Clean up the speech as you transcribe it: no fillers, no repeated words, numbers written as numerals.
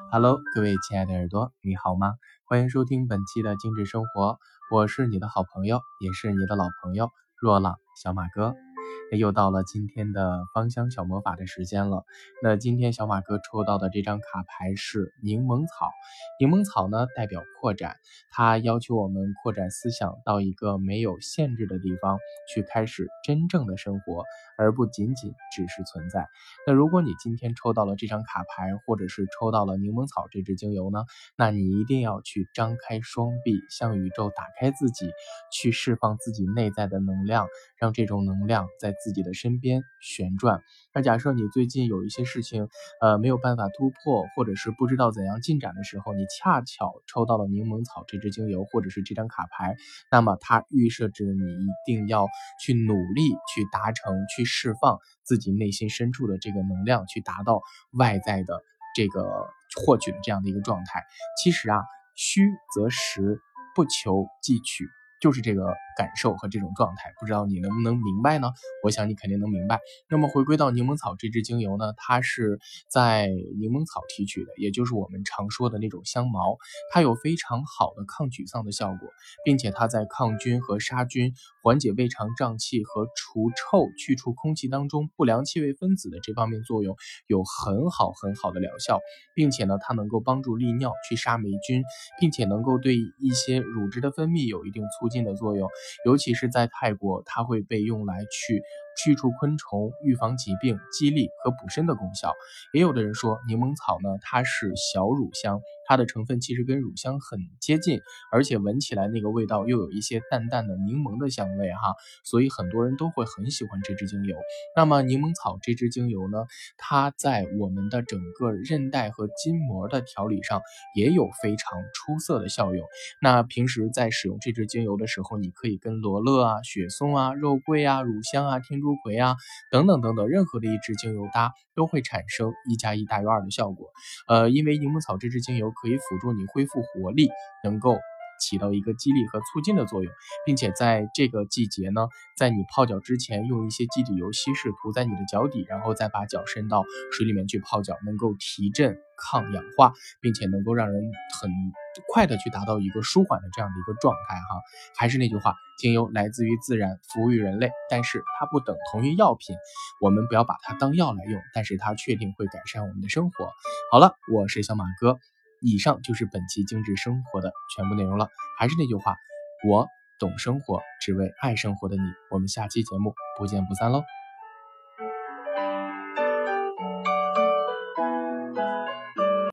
Hello，各位亲爱的耳朵，你好吗？欢迎收听本期的精致生活，我是你的好朋友，也是你的老朋友若朗小马哥。又到了今天的芳香小魔法的时间了。那今天小马哥抽到的这张卡牌是柠檬草。柠檬草呢代表扩展，它要求我们扩展思想到一个没有限制的地方，去开始真正的生活，而不仅仅只是存在。那如果你今天抽到了这张卡牌，或者是抽到了柠檬草这支精油呢，那你一定要去张开双臂，向宇宙打开自己，去释放自己内在的能量，让这种能量在自己的身边旋转。那假设你最近有一些事情没有办法突破，或者是不知道怎样进展的时候，你恰巧抽到了柠檬草这支精油或者是这张卡牌，那么它预设着你一定要去努力去达成，去释放自己内心深处的这个能量，去达到外在的这个获取的这样的一个状态。其实啊，虚则实，不求即取，就是这个感受和这种状态，不知道你能不能明白呢？我想你肯定能明白。那么回归到柠檬草这支精油呢，它是在柠檬草提取的，也就是我们常说的那种香茅，它有非常好的抗沮丧的效果，并且它在抗菌和杀菌、缓解胃肠胀气和除臭、去除空气当中不良气味分子的这方面作用有很好的疗效，并且呢，它能够帮助利尿、去杀霉菌，并且能够对一些乳汁的分泌有一定促进的作用。尤其是在泰国，它会被用来去驱除昆虫、预防疾病、激励和补身的功效。也有的人说柠檬草呢，它是小乳香，它的成分其实跟乳香很接近，而且闻起来那个味道又有一些淡淡的柠檬的香味哈，所以很多人都会很喜欢这支精油。那么柠檬草这支精油呢，它在我们的整个韧带和筋膜的调理上也有非常出色的效用。那平时在使用这支精油的时候，你可以跟罗勒啊、雪松啊、肉桂啊、乳香啊、天竺葵啊等等任何的一支精油搭，都会产生1+1大于2的效果。因为柠檬草这支精油可以辅助你恢复活力，能够起到一个激励和促进的作用，并且在这个季节呢，在你泡脚之前用一些基底油稀释涂在你的脚底，然后再把脚伸到水里面去泡脚，能够提振抗氧化，并且能够让人很快的去达到一个舒缓的这样的一个状态哈。还是那句话，精油来自于自然，服务于人类，但是它不等同于药品，我们不要把它当药来用，但是它确定会改善我们的生活。好了，我是小马哥，以上就是本期精致生活的全部内容了。还是那句话，我懂生活，只为爱生活的你。我们下期节目不见不散喽。